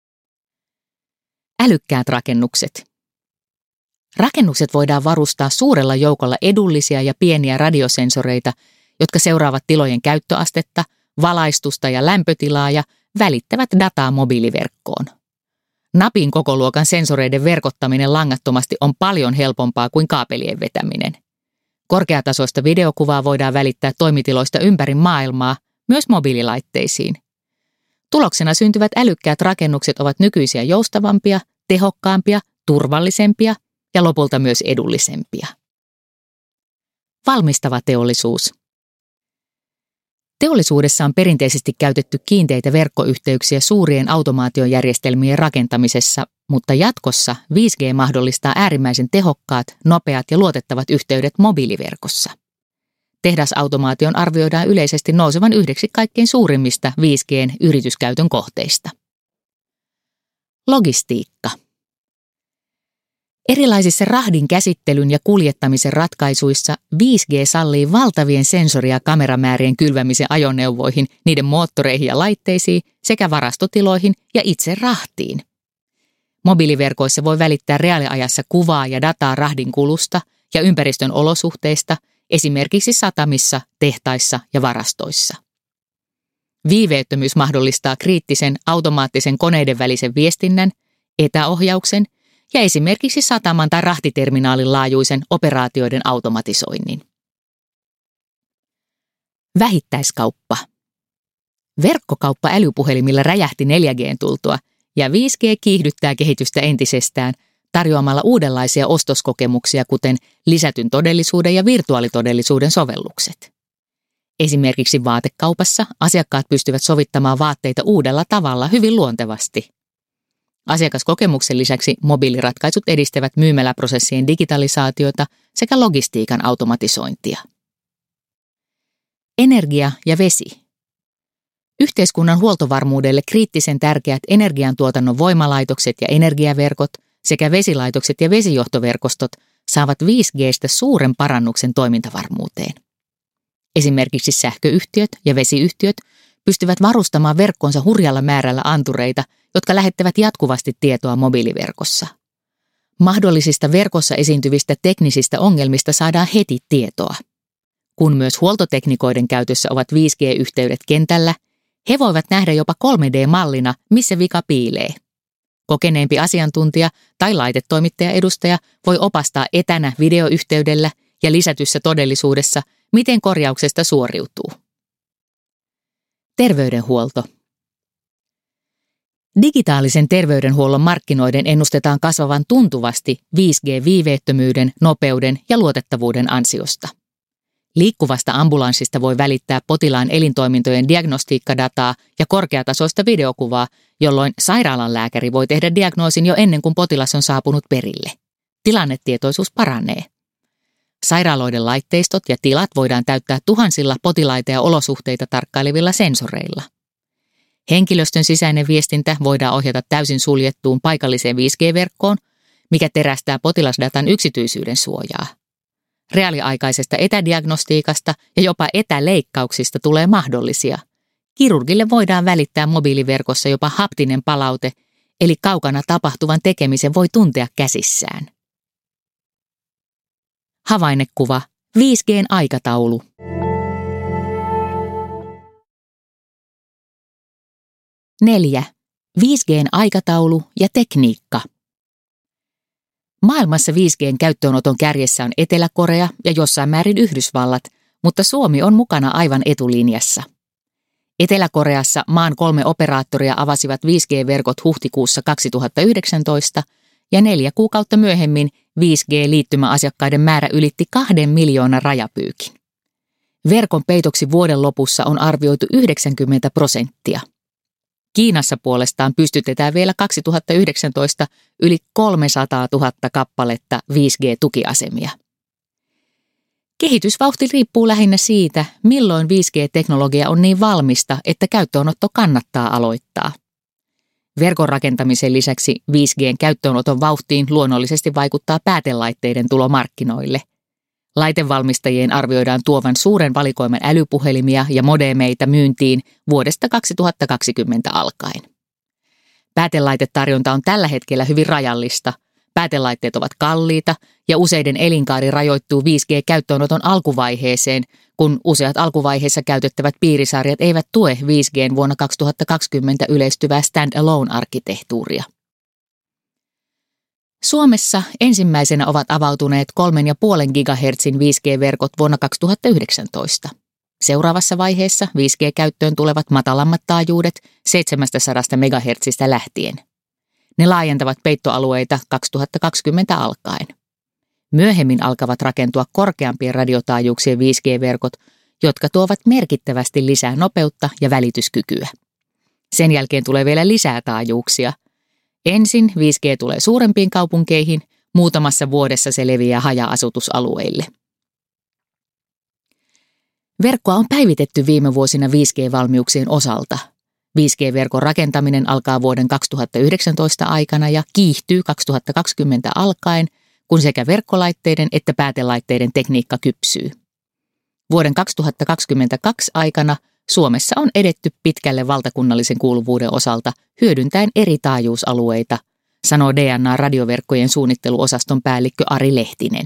Älykkäät rakennukset. Rakennukset voidaan varustaa suurella joukolla edullisia ja pieniä radiosensoreita, jotka seuraavat tilojen käyttöastetta, valaistusta ja lämpötilaa ja välittävät dataa mobiiliverkkoon. Napin kokoluokan sensoreiden verkottaminen langattomasti on paljon helpompaa kuin kaapelien vetäminen. Korkeatasoista videokuvaa voidaan välittää toimitiloista ympäri maailmaa, myös mobiililaitteisiin. Tuloksena syntyvät älykkäät rakennukset ovat nykyisiä joustavampia, tehokkaampia, turvallisempia ja lopulta myös edullisempia. Valmistava teollisuus. Teollisuudessa on perinteisesti käytetty kiinteitä verkkoyhteyksiä suurien automaatiojärjestelmien rakentamisessa, mutta jatkossa 5G mahdollistaa äärimmäisen tehokkaat, nopeat ja luotettavat yhteydet mobiiliverkossa. Tehdasautomaation arvioidaan yleisesti nousevan yhdeksi kaikkein suurimmista 5G:n yrityskäytön kohteista. Logistiikka. Erilaisissa rahdin käsittelyn ja kuljettamisen ratkaisuissa 5G sallii valtavien sensori- ja kameramäärien kylvämisen ajoneuvoihin, niiden moottoreihin ja laitteisiin sekä varastotiloihin ja itse rahtiin. Mobiiliverkoissa voi välittää reaaliajassa kuvaa ja dataa rahdin kulusta ja ympäristön olosuhteista, esimerkiksi satamissa, tehtaissa ja varastoissa. Viiveettömyys mahdollistaa kriittisen automaattisen koneiden välisen viestinnän, etäohjauksen ja esimerkiksi sataman tai rahtiterminaalin laajuisen operaatioiden automatisoinnin. Vähittäiskauppa. Verkkokauppa älypuhelimilla räjähti 4G:n tultua ja 5G kiihdyttää kehitystä entisestään tarjoamalla uudenlaisia ostoskokemuksia, kuten lisätyn todellisuuden ja virtuaalitodellisuuden sovellukset. Esimerkiksi vaatekaupassa asiakkaat pystyvät sovittamaan vaatteita uudella tavalla hyvin luontevasti. Asiakaskokemuksen lisäksi mobiiliratkaisut edistävät myymäläprosessien digitalisaatiota sekä logistiikan automatisointia. Energia ja vesi. Yhteiskunnan huoltovarmuudelle kriittisen tärkeät energiantuotannon voimalaitokset ja energiaverkot sekä vesilaitokset ja vesijohtoverkostot saavat 5G:stä suuren parannuksen toimintavarmuuteen. Esimerkiksi sähköyhtiöt ja vesiyhtiöt pystyvät varustamaan verkkonsa hurjalla määrällä antureita, jotka lähettävät jatkuvasti tietoa mobiiliverkossa. Mahdollisista verkossa esiintyvistä teknisistä ongelmista saadaan heti tietoa. Kun myös huoltoteknikoiden käytössä ovat 5G-yhteydet kentällä, he voivat nähdä jopa 3D-mallina, missä vika piilee. Kokeneempi asiantuntija tai laitetoimittaja-edustaja voi opastaa etänä videoyhteydellä ja lisätyssä todellisuudessa, miten korjauksesta suoriutuu. Terveydenhuolto. Digitaalisen terveydenhuollon markkinoiden ennustetaan kasvavan tuntuvasti 5G-viiveettömyyden, nopeuden ja luotettavuuden ansiosta. Liikkuvasta ambulanssista voi välittää potilaan elintoimintojen diagnostiikkadataa ja korkeatasoista videokuvaa, jolloin sairaalan lääkäri voi tehdä diagnoosin jo ennen kuin potilas on saapunut perille. Tilannetietoisuus paranee. Sairaaloiden laitteistot ja tilat voidaan täyttää tuhansilla potilaita ja olosuhteita tarkkailevilla sensoreilla. Henkilöstön sisäinen viestintä voidaan ohjata täysin suljettuun paikalliseen 5G-verkkoon, mikä terästää potilasdatan yksityisyyden suojaa. Reaaliaikaisesta etädiagnostiikasta ja jopa etäleikkauksista tulee mahdollisia. Kirurgille voidaan välittää mobiiliverkossa jopa haptinen palaute, eli kaukana tapahtuvan tekemisen voi tuntea käsissään. Havainnekuva. 5G:n aikataulu. Neljä. 5G:n aikataulu ja tekniikka. Maailmassa 5G:n käyttöönoton kärjessä on Etelä-Korea ja jossain määrin Yhdysvallat, mutta Suomi on mukana aivan etulinjassa. Etelä-Koreassa maan 3 operaattoria avasivat 5G-verkot huhtikuussa 2019 ja 4 kuukautta myöhemmin 5G-liittymäasiakkaiden määrä ylitti 2 miljoonan rajapyykin. Verkon peitoksi vuoden lopussa on arvioitu 90%. Kiinassa puolestaan pystytetään vielä 2019 yli 300 000 kappaletta 5G-tukiasemia. Kehitysvauhti riippuu lähinnä siitä, milloin 5G-teknologia on niin valmista, että käyttöönotto kannattaa aloittaa. Verkon rakentamisen lisäksi 5G:n käyttöönoton vauhtiin luonnollisesti vaikuttaa päätelaitteiden tulo markkinoille. Laitevalmistajien arvioidaan tuovan suuren valikoiman älypuhelimia ja modemeita myyntiin vuodesta 2020 alkaen. Päätelaitetarjonta on tällä hetkellä hyvin rajallista. Päätelaitteet ovat kalliita ja useiden elinkaari rajoittuu 5G-käyttöönoton alkuvaiheeseen, kun useat alkuvaiheessa käytettävät piirisarjat eivät tue 5G:n vuonna 2020 yleistyvää stand-alone-arkkitehtuuria. Suomessa ensimmäisenä ovat avautuneet 3,5 GHz 5G-verkot vuonna 2019. Seuraavassa vaiheessa 5G-käyttöön tulevat matalammat taajuudet 700 MHz lähtien. Ne laajentavat peittoalueita 2020 alkaen. Myöhemmin alkavat rakentua korkeampien radiotaajuuksien 5G-verkot, jotka tuovat merkittävästi lisää nopeutta ja välityskykyä. Sen jälkeen tulee vielä lisää taajuuksia. Ensin 5G tulee suurempiin kaupunkeihin, muutamassa vuodessa se leviää haja-asutusalueille. Verkkoa on päivitetty viime vuosina 5G-valmiuksien osalta. 5G-verkon rakentaminen alkaa vuoden 2019 aikana ja kiihtyy 2020 alkaen, kun sekä verkkolaitteiden että päätelaitteiden tekniikka kypsyy. Vuoden 2022 aikana Suomessa on edetty pitkälle valtakunnallisen kuuluvuuden osalta hyödyntäen eri taajuusalueita, sanoo DNA-radioverkkojen suunnitteluosaston päällikkö Ari Lehtinen.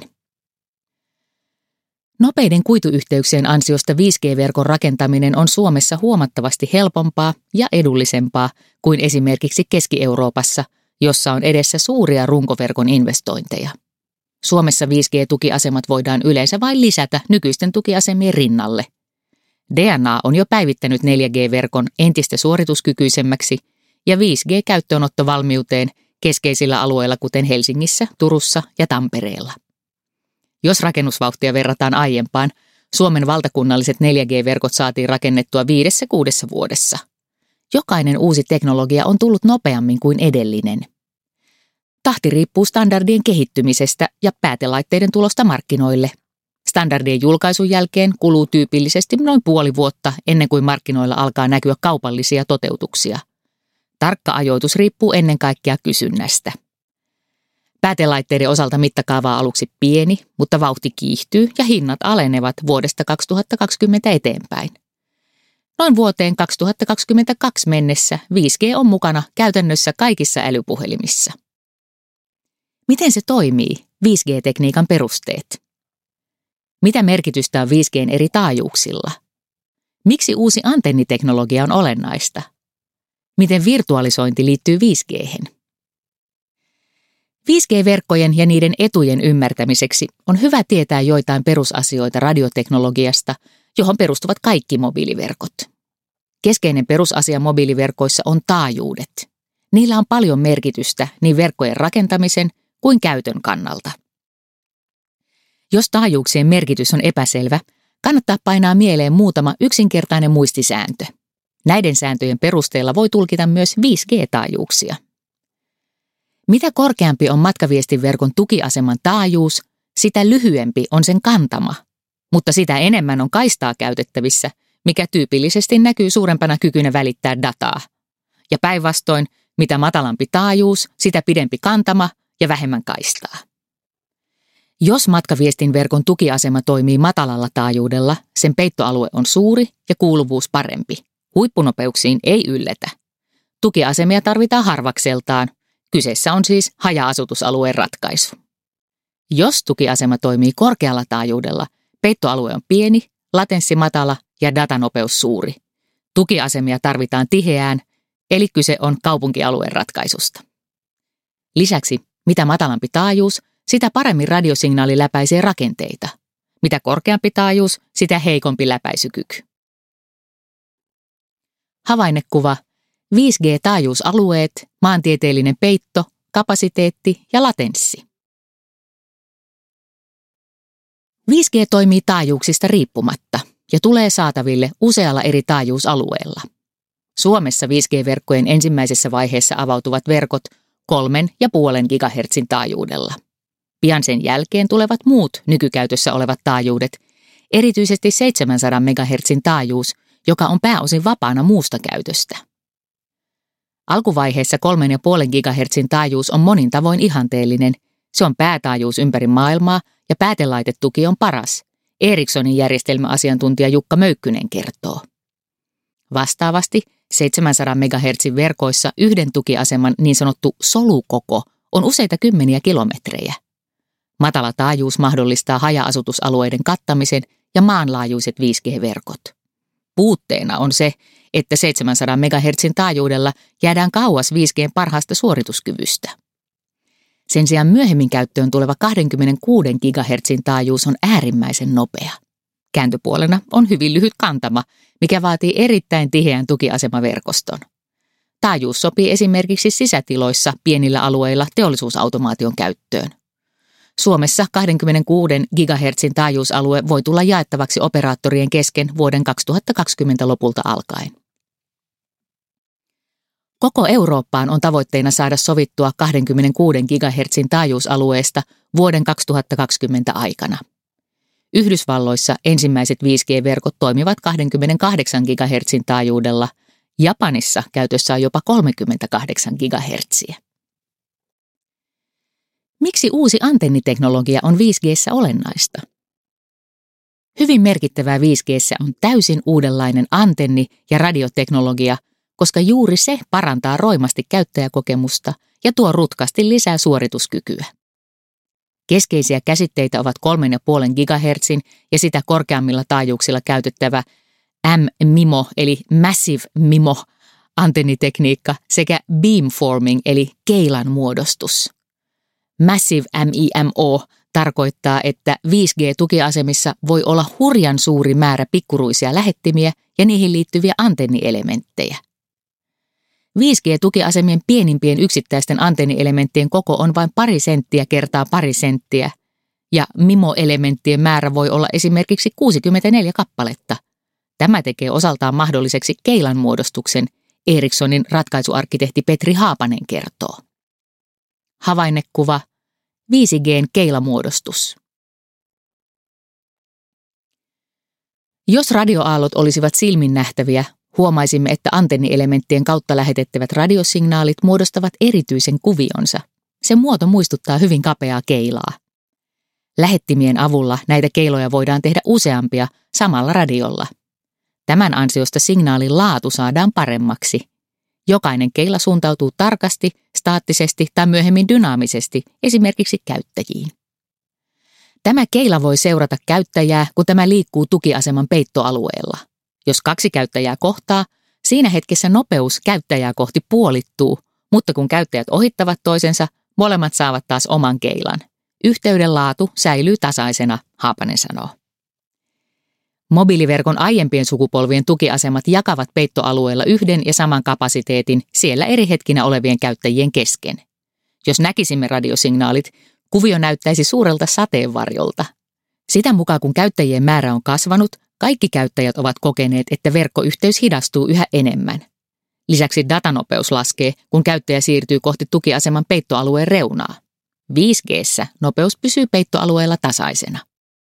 Nopeiden kuituyhteyksien ansiosta 5G-verkon rakentaminen on Suomessa huomattavasti helpompaa ja edullisempaa kuin esimerkiksi Keski-Euroopassa, jossa on edessä suuria runkoverkon investointeja. Suomessa 5G-tukiasemat voidaan yleensä vain lisätä nykyisten tukiasemien rinnalle. DNA on jo päivittänyt 4G-verkon entistä suorituskykyisemmäksi ja 5G-käyttöönottovalmiuteen keskeisillä alueilla kuten Helsingissä, Turussa ja Tampereella. Jos rakennusvauhtia verrataan aiempaan, Suomen valtakunnalliset 4G-verkot saatiin rakennettua 5–6 vuodessa. Jokainen uusi teknologia on tullut nopeammin kuin edellinen. Tahti riippuu standardien kehittymisestä ja päätelaitteiden tulosta markkinoille. Standardien julkaisun jälkeen kuluu tyypillisesti noin puoli vuotta ennen kuin markkinoilla alkaa näkyä kaupallisia toteutuksia. Tarkka ajoitus riippuu ennen kaikkea kysynnästä. Päätelaitteiden osalta mittakaava on aluksi pieni, mutta vauhti kiihtyy ja hinnat alenevat vuodesta 2020 eteenpäin. Noin vuoteen 2022 mennessä 5G on mukana käytännössä kaikissa älypuhelimissa. Miten se toimii? 5G-tekniikan perusteet. Mitä merkitystä on 5G:n eri taajuuksilla? Miksi uusi antenniteknologia on olennaista? Miten virtualisointi liittyy 5G:hen? 5G-verkkojen ja niiden etujen ymmärtämiseksi on hyvä tietää joitain perusasioita radioteknologiasta, johon perustuvat kaikki mobiiliverkot. Keskeinen perusasia mobiiliverkoissa on taajuudet. Niillä on paljon merkitystä niin verkkojen rakentamisen kuin käytön kannalta. Jos taajuuksien merkitys on epäselvä, kannattaa painaa mieleen muutama yksinkertainen muistisääntö. Näiden sääntöjen perusteella voi tulkita myös 5G-taajuuksia. Mitä korkeampi on matkaviestinverkon tukiaseman taajuus, sitä lyhyempi on sen kantama, mutta sitä enemmän on kaistaa käytettävissä, mikä tyypillisesti näkyy suurempana kykynä välittää dataa. Ja päinvastoin, mitä matalampi taajuus, sitä pidempi kantama ja vähemmän kaistaa. Jos matkaviestinverkon tukiasema toimii matalalla taajuudella, sen peittoalue on suuri ja kuuluvuus parempi. Huippunopeuksiin ei ylletä. Tukiasemia tarvitaan harvakseltaan. Kyseessä on siis haja-asutusalueen ratkaisu. Jos tukiasema toimii korkealla taajuudella, peittoalue on pieni, latenssi matala ja datanopeus suuri. Tukiasemia tarvitaan tiheään, eli kyse on kaupunkialueen ratkaisusta. Lisäksi, mitä matalampi taajuus, sitä paremmin radiosignaali läpäisee rakenteita. Mitä korkeampi taajuus, sitä heikompi läpäisykyky. Havainnekuva: 5G-taajuusalueet, maantieteellinen peitto, kapasiteetti ja latenssi. 5G toimii taajuuksista riippumatta ja tulee saataville usealla eri taajuusalueella. Suomessa 5G-verkkojen ensimmäisessä vaiheessa avautuvat verkot 3,5 GHz taajuudella. Pian sen jälkeen tulevat muut nykykäytössä olevat taajuudet, erityisesti 700 MHz taajuus, joka on pääosin vapaana muusta käytöstä. Alkuvaiheessa 3,5 GHz taajuus on monin tavoin ihanteellinen. Se on päätaajuus ympäri maailmaa ja päätelaitetuki on paras, Ericssonin järjestelmäasiantuntija Jukka Möykkynen kertoo. Vastaavasti 700 MHz verkoissa yhden tukiaseman niin sanottu solukoko on useita kymmeniä kilometrejä. Matala taajuus mahdollistaa haja-asutusalueiden kattamisen ja maanlaajuiset 5G-verkot. Puutteena on se, että 700 MHz taajuudella jäädään kauas 5G:n parhaasta suorituskyvystä. Sen sijaan myöhemmin käyttöön tuleva 26 GHz taajuus on äärimmäisen nopea. Kääntöpuolena on hyvin lyhyt kantama, mikä vaatii erittäin tiheän tukiasemaverkoston. Taajuus sopii esimerkiksi sisätiloissa pienillä alueilla teollisuusautomaation käyttöön. Suomessa 26 GHz taajuusalue voi tulla jaettavaksi operaattorien kesken vuoden 2020 lopulta alkaen. Koko Eurooppaan on tavoitteena saada sovittua 26 GHz taajuusalueesta vuoden 2020 aikana. Yhdysvalloissa ensimmäiset 5G-verkot toimivat 28 GHz taajuudella, Japanissa käytössä on jopa 38 GHz. Miksi uusi antenniteknologia on 5G:ssä olennaista? Hyvin merkittävää 5G:ssä on täysin uudenlainen antenni- ja radioteknologia, koska juuri se parantaa roimasti käyttäjäkokemusta ja tuo rutkasti lisää suorituskykyä. Keskeisiä käsitteitä ovat 3,5 GHz ja sitä korkeammilla taajuuksilla käytettävä MMIMO eli Massive MIMO antennitekniikka sekä beamforming eli keilan muodostus. Massive MIMO tarkoittaa, että 5G-tukiasemissa voi olla hurjan suuri määrä pikkuruisia lähettimiä ja niihin liittyviä antennielementtejä. 5G-tukiasemien pienimpien yksittäisten antennielementtien koko on vain pari senttiä kertaa pari senttiä, ja MIMO-elementtien määrä voi olla esimerkiksi 64 kappaletta. Tämä tekee osaltaan mahdolliseksi keilan muodostuksen, Ericssonin ratkaisuarkkitehti Petri Haapanen kertoo. Havainnekuva 5G:n keilamuodostus. Jos radioaallot olisivat silmin nähtäviä, huomaisimme, että antennielementtien kautta lähetettävät radiosignaalit muodostavat erityisen kuvionsa. Sen muoto muistuttaa hyvin kapeaa keilaa. Lähettimien avulla näitä keiloja voidaan tehdä useampia samalla radiolla. Tämän ansiosta signaalin laatu saadaan paremmaksi. Jokainen keila suuntautuu tarkasti, staattisesti tai myöhemmin dynaamisesti, esimerkiksi käyttäjiin. Tämä keila voi seurata käyttäjää, kun tämä liikkuu tukiaseman peittoalueella. Jos kaksi käyttäjää kohtaa, siinä hetkessä nopeus käyttäjää kohti puolittuu, mutta kun käyttäjät ohittavat toisensa, molemmat saavat taas oman keilan. Yhteyden laatu säilyy tasaisena, Haapanen sanoo. Mobiiliverkon aiempien sukupolvien tukiasemat jakavat peittoalueella yhden ja saman kapasiteetin siellä eri hetkinä olevien käyttäjien kesken. Jos näkisimme radiosignaalit, kuvio näyttäisi suurelta sateenvarjolta. Sitä mukaan kun käyttäjien määrä on kasvanut, kaikki käyttäjät ovat kokeneet, että verkkoyhteys hidastuu yhä enemmän. Lisäksi datanopeus laskee, kun käyttäjä siirtyy kohti tukiaseman peittoalueen reunaa. 5G:ssä nopeus pysyy peittoalueella tasaisena.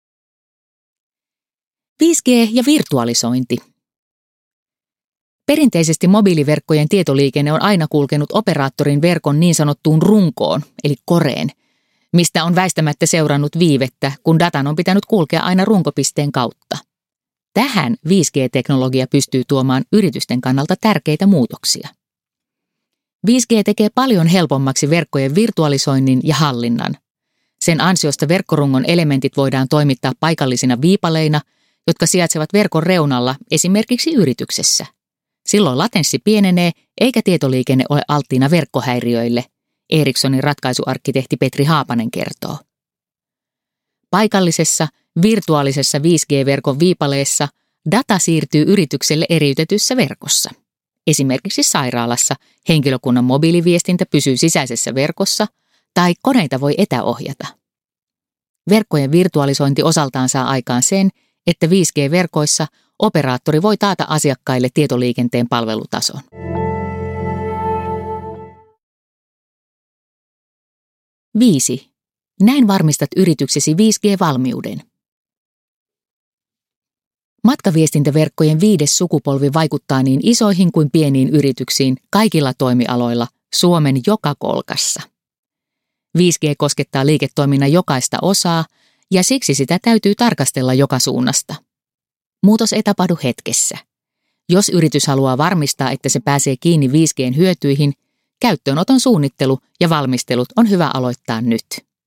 5G ja virtualisointi. Perinteisesti mobiiliverkkojen tietoliikenne on aina kulkenut operaattorin verkon niin sanottuun runkoon, eli koreen, mistä on väistämättä seurannut viivettä, kun datan on pitänyt kulkea aina runkopisteen kautta. Tähän 5G-teknologia pystyy tuomaan yritysten kannalta tärkeitä muutoksia. 5G tekee paljon helpommaksi verkkojen virtualisoinnin ja hallinnan. Sen ansiosta verkkorungon elementit voidaan toimittaa paikallisina viipaleina, jotka sijaitsevat verkon reunalla esimerkiksi yrityksessä. Silloin latenssi pienenee eikä tietoliikenne ole alttiina verkkohäiriöille, Ericssonin ratkaisuarkkitehti Petri Haapanen kertoo. Paikallisessa, virtuaalisessa 5G-verkon viipaleessa data siirtyy yritykselle eriytetyssä verkossa. Esimerkiksi sairaalassa henkilökunnan mobiiliviestintä pysyy sisäisessä verkossa tai koneita voi etäohjata. Verkkojen virtualisointi osaltaan saa aikaan sen, että 5G-verkoissa operaattori voi taata asiakkaille tietoliikenteen palvelutason. Viisi. Näin varmistat yrityksesi 5G-valmiuden. Matkaviestintäverkkojen 5. sukupolvi vaikuttaa niin isoihin kuin pieniin yrityksiin kaikilla toimialoilla Suomen joka kolkassa. 5G koskettaa liiketoiminnan jokaista osaa ja siksi sitä täytyy tarkastella joka suunnasta. Muutos ei tapahdu hetkessä. Jos yritys haluaa varmistaa, että se pääsee kiinni 5G:n hyötyihin, käyttöönoton suunnittelu ja valmistelut on hyvä aloittaa nyt.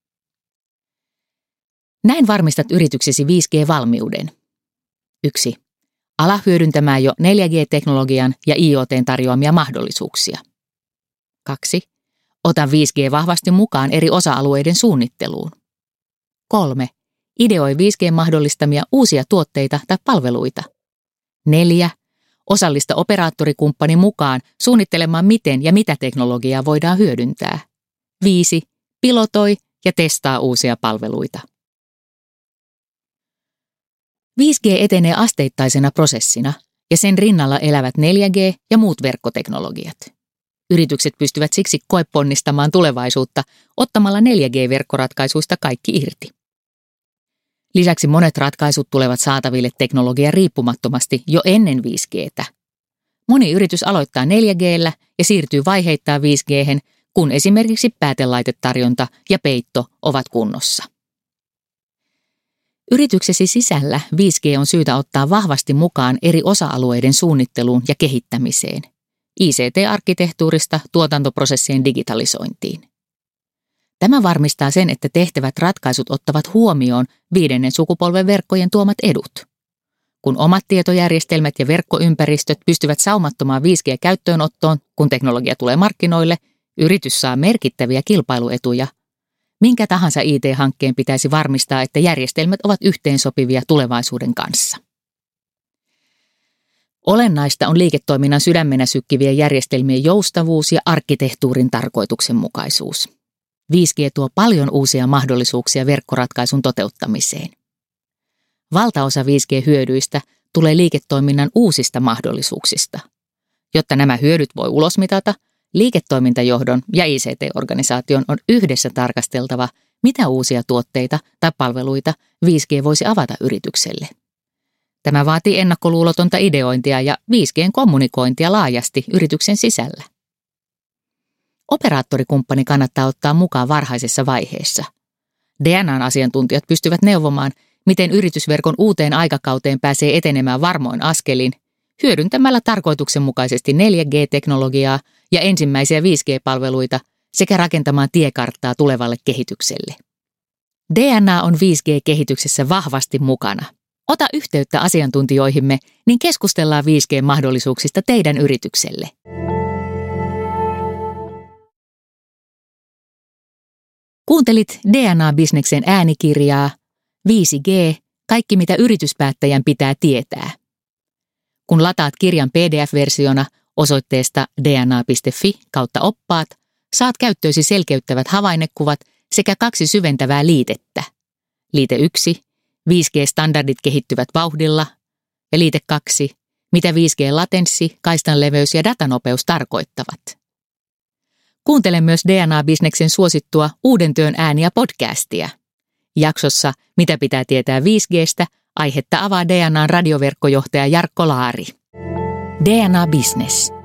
Näin varmistat yrityksesi 5G-valmiuden. 1. Ala hyödyntämään jo 4G-teknologian ja IoT:n tarjoamia mahdollisuuksia. 2. Ota 5G vahvasti mukaan eri osa-alueiden suunnitteluun. 3. Ideoi 5G-mahdollistamia uusia tuotteita tai palveluita. 4. Osallista operaattorikumppani mukaan suunnittelemaan miten ja mitä teknologiaa voidaan hyödyntää. 5. Pilotoi ja testaa uusia palveluita. 5G etenee asteittaisena prosessina ja sen rinnalla elävät 4G ja muut verkkoteknologiat. Yritykset pystyvät siksi koeponnistamaan tulevaisuutta ottamalla 4G-verkkoratkaisuista kaikki irti. Lisäksi monet ratkaisut tulevat saataville teknologia riippumattomasti jo ennen 5G:tä. Moni yritys aloittaa 4G:llä ja siirtyy vaiheittain 5G:hen, kun esimerkiksi päätelaitetarjonta ja peitto ovat kunnossa. Yrityksesi sisällä 5G on syytä ottaa vahvasti mukaan eri osa-alueiden suunnitteluun ja kehittämiseen. ICT-arkkitehtuurista tuotantoprosessien digitalisointiin. Tämä varmistaa sen, että tehtävät ratkaisut ottavat huomioon 5. sukupolven verkkojen tuomat edut. Kun omat tietojärjestelmät ja verkkoympäristöt pystyvät saumattomaan 5G-käyttöönottoon, kun teknologia tulee markkinoille, yritys saa merkittäviä kilpailuetuja. Minkä tahansa IT-hankkeen pitäisi varmistaa, että järjestelmät ovat yhteensopivia tulevaisuuden kanssa. Olennaista on liiketoiminnan sydämenä sykkivien järjestelmien joustavuus ja arkkitehtuurin tarkoituksenmukaisuus. 5G tuo paljon uusia mahdollisuuksia verkkoratkaisun toteuttamiseen. Valtaosa 5G-hyödyistä tulee liiketoiminnan uusista mahdollisuuksista. Jotta nämä hyödyt voi ulosmitata, liiketoimintajohdon ja ICT-organisaation on yhdessä tarkasteltava, mitä uusia tuotteita tai palveluita 5G voisi avata yritykselle. Tämä vaatii ennakkoluulotonta ideointia ja 5G-kommunikointia laajasti yrityksen sisällä. Operaattorikumppani kannattaa ottaa mukaan varhaisessa vaiheessa. DNA:n asiantuntijat pystyvät neuvomaan, miten yritysverkon uuteen aikakauteen pääsee etenemään varmoin askelin, hyödyntämällä tarkoituksenmukaisesti 4G-teknologiaa ja ensimmäisiä 5G-palveluita sekä rakentamaan tiekarttaa tulevalle kehitykselle. DNA on 5G-kehityksessä vahvasti mukana. Ota yhteyttä asiantuntijoihimme, niin keskustellaan 5G-mahdollisuuksista teidän yritykselle. Kuuntelit DNA-bisneksen äänikirjaa 5G, kaikki mitä yrityspäättäjän pitää tietää. Kun lataat kirjan PDF-versiona osoitteesta dna.fi/oppaat, saat käyttöösi selkeyttävät havainnekuvat sekä 2 syventävää liitettä. Liite 1, 5G-standardit kehittyvät vauhdilla, ja liite 2, mitä 5G-latenssi, kaistanleveys ja datanopeus tarkoittavat. Kuuntele myös DNA-bisneksen suosittua Uuden työn ääniä podcastia. Jaksossa Mitä pitää tietää 5G:stä, aihetta avaa DNA:n radioverkkojohtaja Jarkko Laari. DNA Business.